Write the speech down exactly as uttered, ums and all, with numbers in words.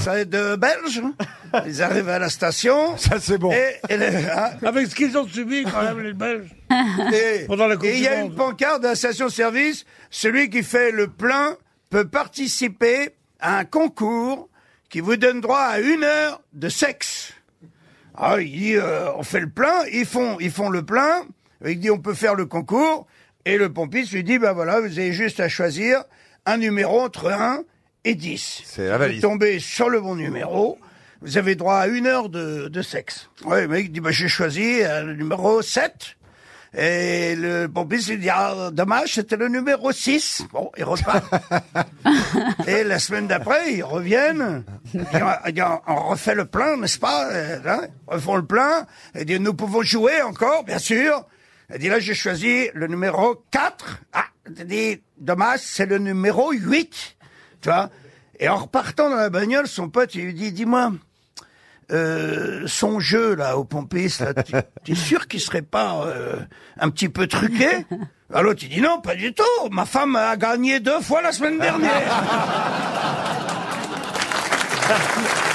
ça de Belges. Ils arrivent à la station. Ça, c'est bon. Et, et les- hein, Avec ce qu'ils ont subi, quand même, les Belges. et- Pendant la Coupe et il y a du une Monde. pancarte de la station-service. Celui qui fait le plein peut participer à un concours qui vous donne droit à une heure de sexe. Ah, il dit, euh, on fait le plein. Ils font, ils font le plein. Il dit, on peut faire le concours. Et le pompiste lui dit, ben voilà, vous avez juste à choisir un numéro entre un et dix. C'est la Vous valise. tombez sur le bon numéro. Vous avez droit à une heure de, de sexe. Ouais, le mec dit, bah, j'ai choisi euh, le numéro sept. Et le pompiste lui dit, ah, dommage, c'était le numéro six. Bon, il repart. Et la semaine d'après, ils reviennent. Ils disent, ils disent, on refait le plein, n'est-ce pas? Euh, hein, Ils refont le plein. Et dit, nous pouvons jouer encore, bien sûr. Elle dit, là, j'ai choisi le numéro quatre. Ah, elle dit, dommage, c'est le numéro huit. Tu vois? Et en repartant dans la bagnole, son pote, il lui dit, dis-moi, euh, son jeu, là, au pompiste, là, tu- t'es sûr qu'il serait pas euh, un petit peu truqué? Alors l'autre, il dit, non, pas du tout. Ma femme a gagné deux fois la semaine dernière.